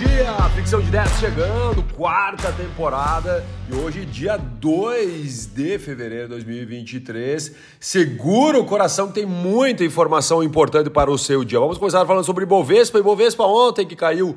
dia! Fricção de Ideias chegando, quarta temporada e hoje dia 2 de fevereiro de 2023. Segura o coração que tem muita informação importante para o seu dia. Vamos começar falando sobre Ibovespa. Ibovespa ontem que caiu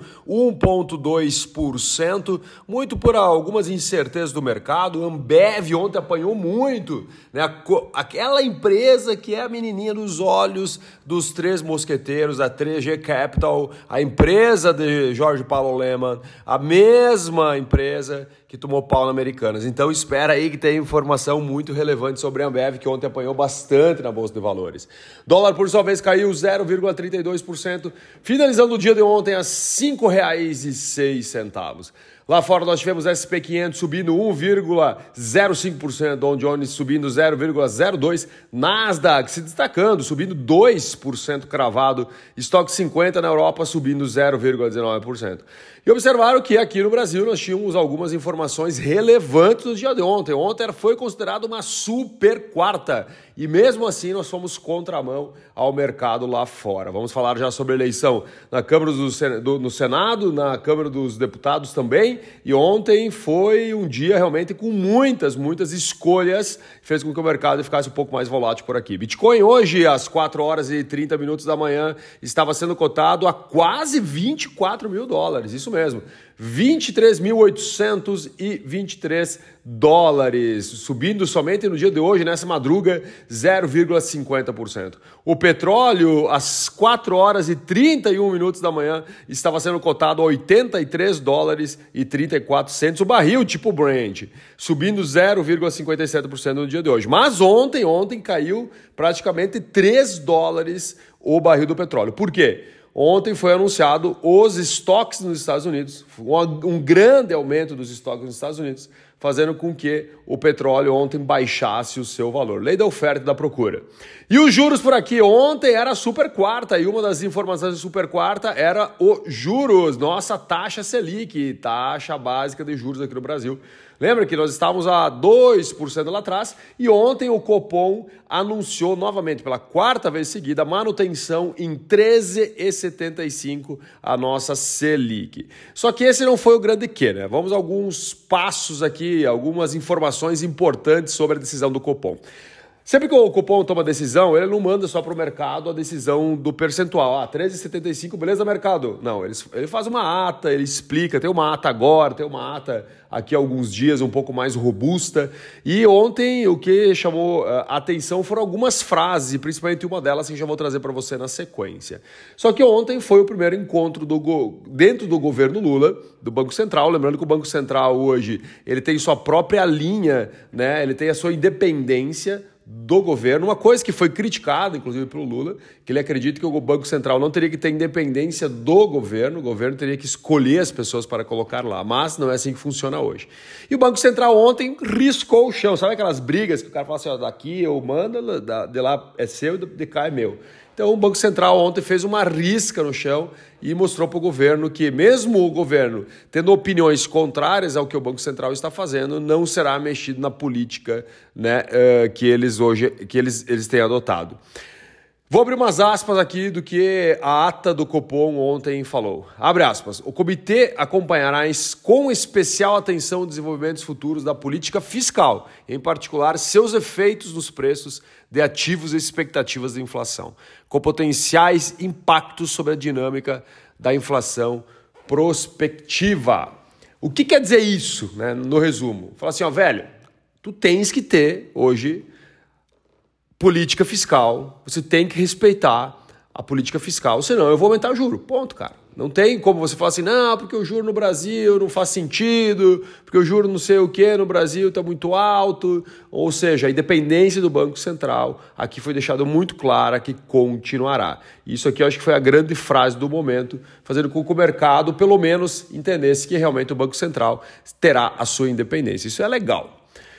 1,2%, muito por algumas incertezas do mercado. Ambev ontem apanhou muito, né? Aquela empresa que é a menininha dos olhos dos três mosqueteiros, a 3G Capital, a empresa de Jorge Paulo Lemann, a mesma empresa que tomou pau na Americanas. Então espera aí que tem informação muito relevante sobre a Ambev, que ontem apanhou bastante na Bolsa de Valores. Dólar, por sua vez, caiu 0,32%, finalizando o dia de ontem a R$ 5,06. Lá fora nós tivemos SP500 subindo 1,05%, Dow Jones subindo 0,02%, Nasdaq se destacando, subindo 2% cravado, Stock 50 na Europa subindo 0,19%. E observaram que aqui no Brasil nós tínhamos algumas informações relevantes no dia de ontem. Ontem foi considerado uma super quarta e mesmo assim nós fomos contramão ao mercado lá fora. Vamos falar já sobre a eleição na Câmara no Senado, na Câmara dos Deputados também. E ontem foi um dia realmente com muitas escolhas, fez com que o mercado ficasse um pouco mais volátil por aqui. Bitcoin hoje, às 4 horas e 30 minutos da manhã, estava sendo cotado a quase $24 mil. Isso mesmo, 23.823 dólares, subindo somente no dia de hoje, nessa madruga, 0,50%. O petróleo, às 4 horas e 31 minutos da manhã, estava sendo cotado a 83 dólares e 34 centos o barril, tipo Brent, subindo 0,57% no dia de hoje. Mas ontem caiu praticamente 3 dólares o barril do petróleo. Por quê? Ontem foi anunciado os estoques nos Estados Unidos, um grande aumento dos estoques nos Estados Unidos, fazendo com que o petróleo ontem baixasse o seu valor. Lei da oferta e da procura. E os juros por aqui, ontem era super quarta, e uma das informações de super quarta era os juros, nossa taxa Selic, taxa básica de juros aqui no Brasil. Lembra que nós estávamos a 2% lá atrás e ontem o Copom anunciou novamente pela quarta vez seguida a manutenção em 13,75 a nossa Selic. Só que esse não foi o grande quê, né? Vamos a alguns passos aqui, algumas informações importantes sobre a decisão do Copom. Sempre que o Copom toma decisão, ele não manda só para o mercado a decisão do percentual. 13,75, beleza, mercado? Não, ele faz uma ata, ele explica, tem uma ata agora, tem uma ata aqui há alguns dias um pouco mais robusta. E ontem o que chamou a atenção foram algumas frases, e principalmente uma delas que já vou trazer para você na sequência. Só que ontem foi o primeiro encontro dentro do governo Lula, do Banco Central. Lembrando que o Banco Central hoje ele tem sua própria linha, né? Ele tem a sua independência do governo, uma coisa que foi criticada, inclusive, pelo Lula, que ele acredita que o Banco Central não teria que ter independência do governo, o governo teria que escolher as pessoas para colocar lá, mas não é assim que funciona hoje. E o Banco Central ontem riscou o chão, sabe aquelas brigas que o cara fala assim, ó, daqui eu mando, de lá é seu, de cá é meu. Então o Banco Central ontem fez uma risca no chão e mostrou para o governo que mesmo o governo tendo opiniões contrárias ao que o Banco Central está fazendo, não será mexido na política, né, que eles têm adotado. Vou abrir umas aspas aqui do que a ata do Copom ontem falou. Abre aspas. O comitê acompanhará com especial atenção os desenvolvimentos futuros da política fiscal, em particular seus efeitos nos preços de ativos e expectativas de inflação, com potenciais impactos sobre a dinâmica da inflação prospectiva. O que quer dizer isso, né, no resumo? Fala assim, ó, velho, tu tens que ter hoje política fiscal, você tem que respeitar a política fiscal, senão eu vou aumentar o juro. Ponto, cara. Não tem como você falar assim, não, porque o juro no Brasil não faz sentido, porque o juro não sei o que no Brasil está muito alto. Ou seja, a independência do Banco Central aqui foi deixado muito clara que continuará. Isso aqui eu acho que foi a grande frase do momento, fazendo com que o mercado pelo menos entendesse que realmente o Banco Central terá a sua independência. Isso é legal.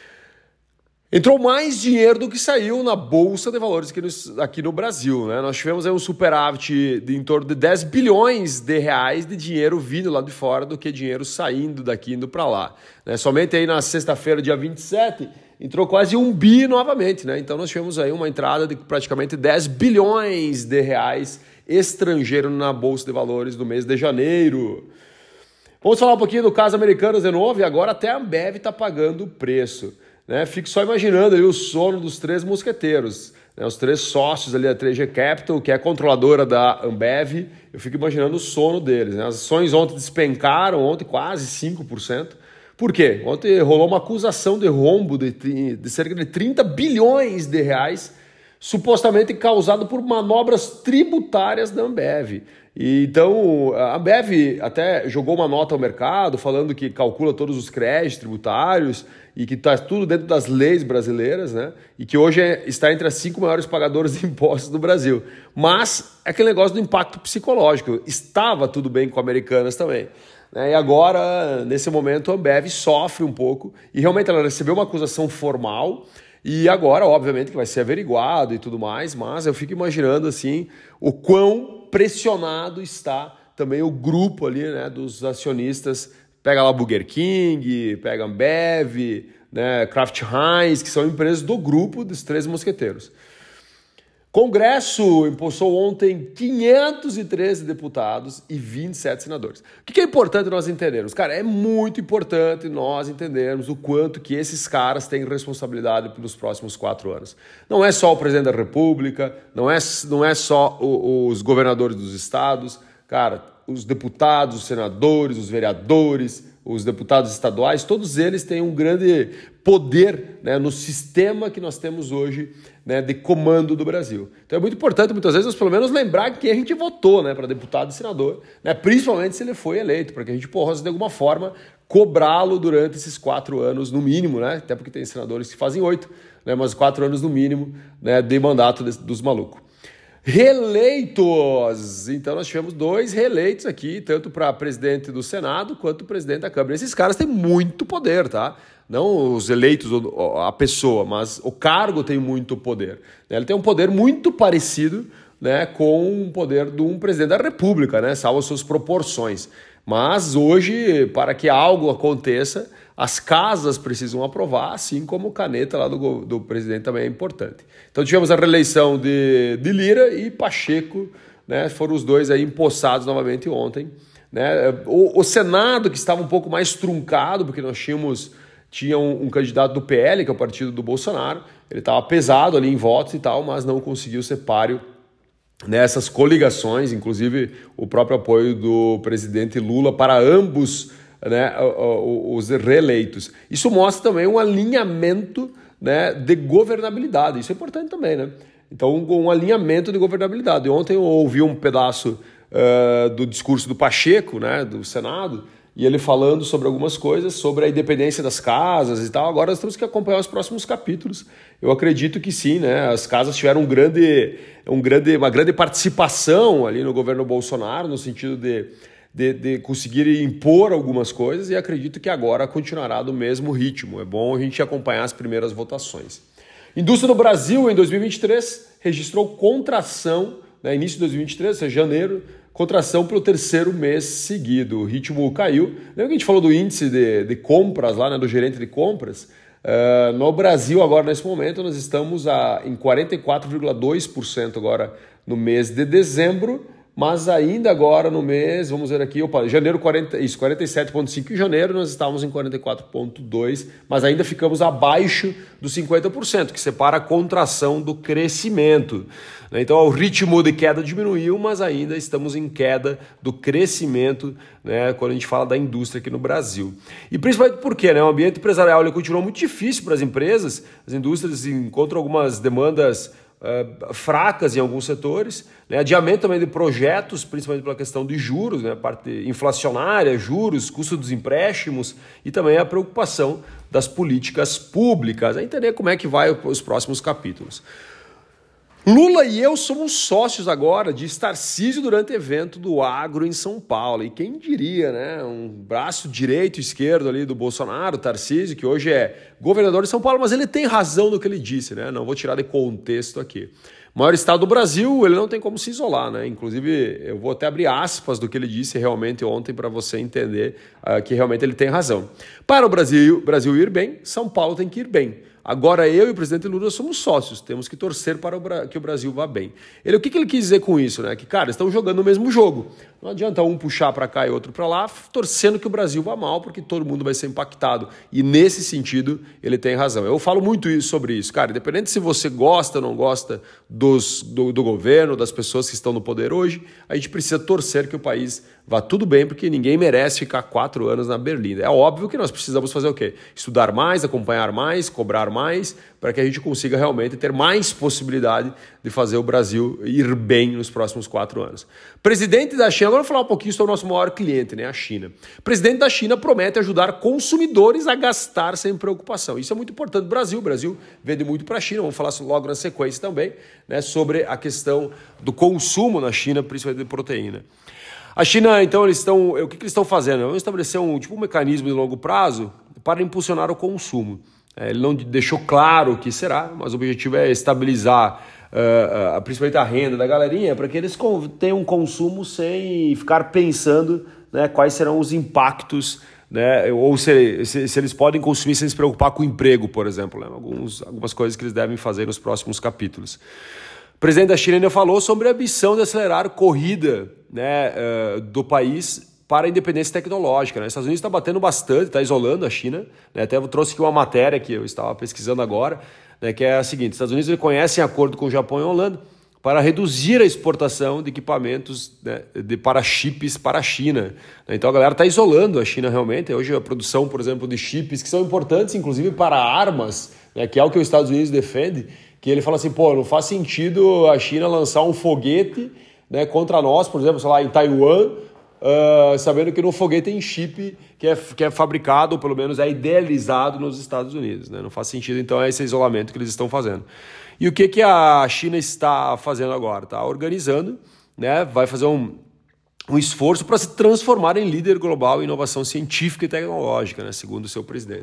Entrou mais dinheiro do que saiu na Bolsa de Valores aqui no Brasil, né? Nós tivemos aí um superávit de em torno de 10 bilhões de reais de dinheiro vindo lá de fora do que dinheiro saindo daqui, indo para lá, né? Somente aí na sexta-feira, dia 27, entrou quase 1 bi novamente, né? Então nós tivemos aí uma entrada de praticamente 10 bilhões de reais estrangeiro na Bolsa de Valores no mês de janeiro. Vamos falar um pouquinho do caso Americanas de novo, e agora até a Ambev está pagando o preço. Né? Fico só imaginando ali o sono dos três mosqueteiros, né? Os três sócios ali da 3G Capital, que é a controladora da Ambev. Eu fico imaginando o sono deles. Né? As ações ontem despencaram, ontem quase 5%. Por quê? Ontem rolou uma acusação de rombo de cerca de 30 bilhões de reais, supostamente causado por manobras tributárias da Ambev. E então, a Ambev até jogou uma nota ao mercado falando que calcula todos os créditos tributários e que está tudo dentro das leis brasileiras, né? E que hoje está entre as 5 maiores pagadoras de impostos do Brasil. Mas é aquele negócio do impacto psicológico. Estava tudo bem com Americanas também. Né? E agora, nesse momento, a Ambev sofre um pouco e realmente ela recebeu uma acusação formal. E agora, obviamente, que vai ser averiguado e tudo mais, mas eu fico imaginando assim o quão pressionado está também o grupo ali, né, dos acionistas. Pega lá Burger King, pega Ambev, né, Kraft Heinz, que são empresas do grupo dos três mosqueteiros. Congresso impulsou ontem 513 deputados e 27 senadores. O que é importante nós entendermos? Cara, é muito importante nós entendermos o quanto que esses caras têm responsabilidade pelos próximos 4 anos. Não é só o presidente da República, não é só os governadores dos estados, cara, os deputados, os senadores, os vereadores, os deputados estaduais, todos eles têm um grande poder, né, no sistema que nós temos hoje, né, de comando do Brasil. Então é muito importante, muitas vezes, nós pelo menos lembrar quem a gente votou, né, para deputado e senador, né, principalmente se ele foi eleito, para que a gente possa, de alguma forma, cobrá-lo durante esses 4 anos no mínimo, né, até porque tem senadores que fazem 8, né, mas 4 anos no mínimo, né, de mandato dos malucos. Reeleitos! Então nós tivemos 2 reeleitos aqui, tanto para presidente do Senado quanto presidente da Câmara. Esses caras têm muito poder, tá? Não os eleitos, a pessoa, mas o cargo tem muito poder. Ele tem um poder muito parecido, né, com o poder de um presidente da República, né, salvo as suas proporções. Mas hoje, para que algo aconteça, as casas precisam aprovar, assim como caneta lá do presidente também é importante. Então tivemos a reeleição de Lira e Pacheco, né, foram os dois aí empossados novamente ontem. Né? O Senado, que estava um pouco mais truncado, porque nós tinha um candidato do PL, que é o partido do Bolsonaro, ele estava pesado ali em votos e tal, mas não conseguiu ser páreo nessas coligações, inclusive o próprio apoio do presidente Lula para ambos, né, os reeleitos. Isso mostra também um alinhamento, né, de governabilidade. Isso é importante também, né? Então, um alinhamento de governabilidade. Ontem eu ouvi um pedaço do discurso do Pacheco, né, do Senado, e ele falando sobre algumas coisas, sobre a independência das casas e tal. Agora nós temos que acompanhar os próximos capítulos. Eu acredito que sim, né? As casas tiveram uma grande participação ali no governo Bolsonaro, no sentido de conseguir impor algumas coisas, e acredito que agora continuará do mesmo ritmo. É bom a gente acompanhar as primeiras votações. Indústria do Brasil, em 2023, registrou contração, né, início de 2023, ou seja, janeiro, contração pelo 3º mês seguido. O ritmo caiu. Lembra que a gente falou do índice de compras lá, né, do gerente de compras? No Brasil, agora, nesse momento, nós estamos em 44,2% agora no mês de dezembro, mas ainda agora no mês, vamos ver aqui, janeiro 47,5%, em janeiro nós estávamos em 44,2%, mas ainda ficamos abaixo dos 50%, que separa a contração do crescimento. Então o ritmo de queda diminuiu, mas ainda estamos em queda do crescimento, né, quando a gente fala da indústria aqui no Brasil. E principalmente porque, né, o ambiente empresarial ele continua muito difícil para as empresas, as indústrias encontram algumas demandas fracas em alguns setores, né? Adiamento também de projetos, principalmente pela questão de juros, né? Parte inflacionária, juros, custo dos empréstimos e também a preocupação das políticas públicas. A entender como é que vai os próximos capítulos. Lula e eu somos sócios agora de Tarcísio durante o evento do Agro em São Paulo. E quem diria, né? Um braço direito e esquerdo ali do Bolsonaro, Tarcísio, que hoje é governador de São Paulo, mas ele tem razão no que ele disse, né? Não vou tirar de contexto aqui. O maior estado do Brasil, ele não tem como se isolar, né? Inclusive, eu vou até abrir aspas do que ele disse realmente ontem para você entender que realmente ele tem razão. Para o Brasil ir bem, São Paulo tem que ir bem. Agora eu e o presidente Lula somos sócios, temos que torcer para que o Brasil vá bem. O que ele quis dizer com isso? Né? Que, cara, estão jogando o mesmo jogo. Não adianta um puxar para cá e outro para lá, torcendo que o Brasil vá mal, porque todo mundo vai ser impactado. E nesse sentido, ele tem razão. Eu falo muito sobre isso. Cara, independente se você gosta ou não gosta do governo, das pessoas que estão no poder hoje, a gente precisa torcer que o país vá tudo bem, porque ninguém merece ficar 4 anos na Berlinda. É óbvio que nós precisamos fazer o quê? Estudar mais, acompanhar mais, cobrar mais, para que a gente consiga realmente ter mais possibilidade de fazer o Brasil ir bem nos próximos 4 anos. Presidente da China, agora eu vou falar um pouquinho sobre o nosso maior cliente, né, a China. Presidente da China promete ajudar consumidores a gastar sem preocupação. Isso é muito importante. O Brasil vende muito para a China, vamos falar logo na sequência também, né, sobre a questão do consumo na China, principalmente de proteína. A China, então, o que eles estão fazendo? Vão estabelecer um mecanismo de longo prazo para impulsionar o consumo. Ele não deixou claro o que será, mas o objetivo é estabilizar principalmente a renda da galerinha, para que eles tenham um consumo sem ficar pensando, né, quais serão os impactos, né, ou se eles podem consumir sem se preocupar com o emprego, por exemplo. Né, algumas coisas que eles devem fazer nos próximos capítulos. O presidente da China ainda falou sobre a ambição de acelerar a corrida, né, do país para a independência tecnológica. Né? Os Estados Unidos está batendo bastante, está isolando a China. Né? Até eu trouxe aqui uma matéria que eu estava pesquisando agora, né, que é a seguinte: os Estados Unidos reconhecem acordo com o Japão e a Holanda para reduzir a exportação de equipamentos, né, para chips para a China. Então a galera está isolando a China realmente. Hoje a produção, por exemplo, de chips, que são importantes inclusive para armas, né, que é o que os Estados Unidos defende, que ele fala assim, não faz sentido a China lançar um foguete, né, contra nós, por exemplo, sei lá, em Taiwan, sabendo que no foguete tem chip que é fabricado, ou pelo menos é idealizado nos Estados Unidos. Né? Não faz sentido, então, esse isolamento que eles estão fazendo. E o que a China está fazendo agora? Está organizando, né, vai fazer um esforço para se transformar em líder global em inovação científica e tecnológica, né, segundo o seu presidente.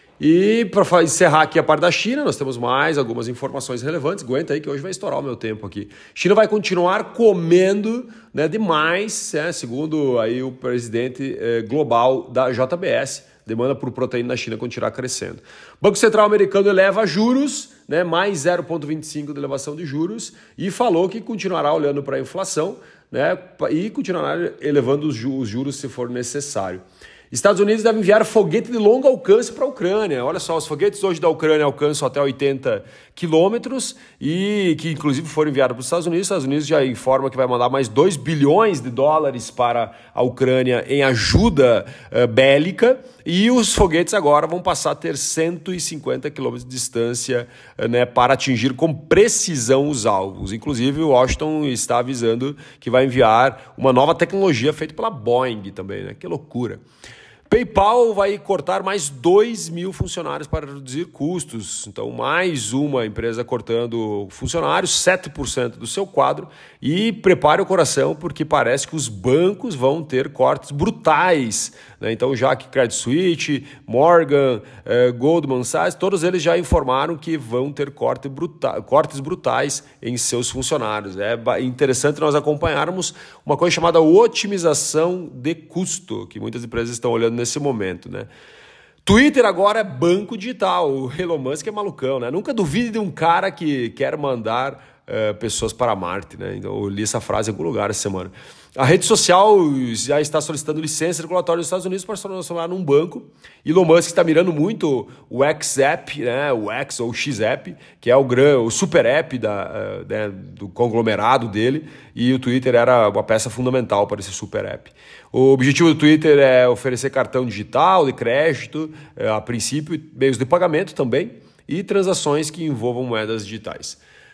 E para encerrar aqui a parte da China, nós temos mais algumas informações relevantes. Aguenta aí que hoje vai estourar o meu tempo aqui. China vai continuar comendo, né, demais, né, segundo aí o presidente global da JBS. Demanda por proteína na China continuará crescendo. Banco Central americano eleva juros, né, mais 0,25 de elevação de juros, e falou que continuará olhando para a inflação, né, e continuará elevando os juros se for necessário. Estados Unidos deve enviar foguete de longo alcance para a Ucrânia. Olha só, os foguetes hoje da Ucrânia alcançam até 80 quilômetros e que inclusive foram enviados para os Estados Unidos. Os Estados Unidos já informa que vai mandar mais 2 bilhões de dólares para a Ucrânia em ajuda bélica, e os foguetes agora vão passar a ter 150 quilômetros de distância, né, para atingir com precisão os alvos. Inclusive o Washington está avisando que vai enviar uma nova tecnologia feita pela Boeing também, né? Que loucura. PayPal vai cortar mais 2.000 funcionários para reduzir custos. Então, mais uma empresa cortando funcionários, 7% do seu quadro. E prepare o coração, porque parece que os bancos vão ter cortes brutais. Né? Então, já que Credit Suisse, Morgan, Goldman Sachs, todos eles já informaram que vão ter cortes brutais em seus funcionários. É interessante nós acompanharmos uma coisa chamada otimização de custo, que muitas empresas estão olhando nesse momento, né? Twitter agora é banco digital. O Elon Musk é malucão, né? Nunca duvide de um cara que quer mandar pessoas para Marte, né? Então, eu li essa frase em algum lugar essa semana. A rede social já está solicitando licença regulatória nos Estados Unidos para se transformar num banco. Elon Musk está mirando muito o X-App, né? O X ou o X-App, que é o super app do conglomerado dele, e o Twitter era uma peça fundamental para esse super app. O objetivo do Twitter é oferecer cartão digital, de crédito, a princípio, meios de pagamento também, e transações que envolvam moedas digitais.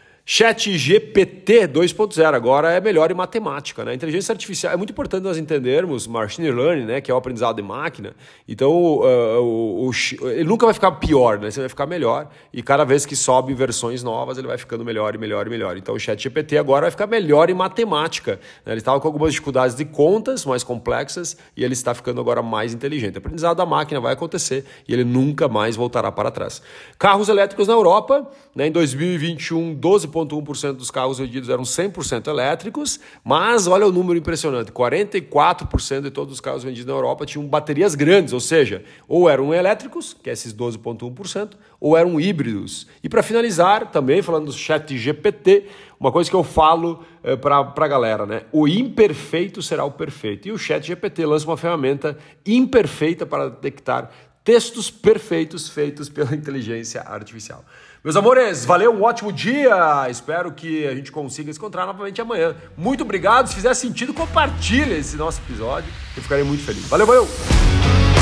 ChatGPT 2.0 agora é melhor em matemática, né? A inteligência artificial é muito importante nós entendermos machine learning, né, que é o aprendizado de máquina. Então, ele nunca vai ficar pior, né? Você vai ficar melhor, e cada vez que sobe versões novas, ele vai ficando melhor e melhor e melhor. Então, o ChatGPT agora vai ficar melhor em matemática, né? Ele estava com algumas dificuldades de contas mais complexas e ele está ficando agora mais inteligente. O aprendizado da máquina vai acontecer e ele nunca mais voltará para trás. Carros elétricos na Europa, né, em 2021, 12% 12,1% dos carros vendidos eram 100% elétricos, mas olha o número impressionante, 44% de todos os carros vendidos na Europa tinham baterias grandes, ou seja, ou eram elétricos, que é esses 12,1%, ou eram híbridos. E para finalizar, também falando do ChatGPT, uma coisa que eu falo para a galera, né? O imperfeito será o perfeito. E o ChatGPT lança uma ferramenta imperfeita para detectar textos perfeitos feitos pela inteligência artificial. Meus amores, valeu, um ótimo dia. Espero que a gente consiga se encontrar novamente amanhã. Muito obrigado. Se fizer sentido, compartilha esse nosso episódio. Eu ficarei muito feliz. Valeu, valeu!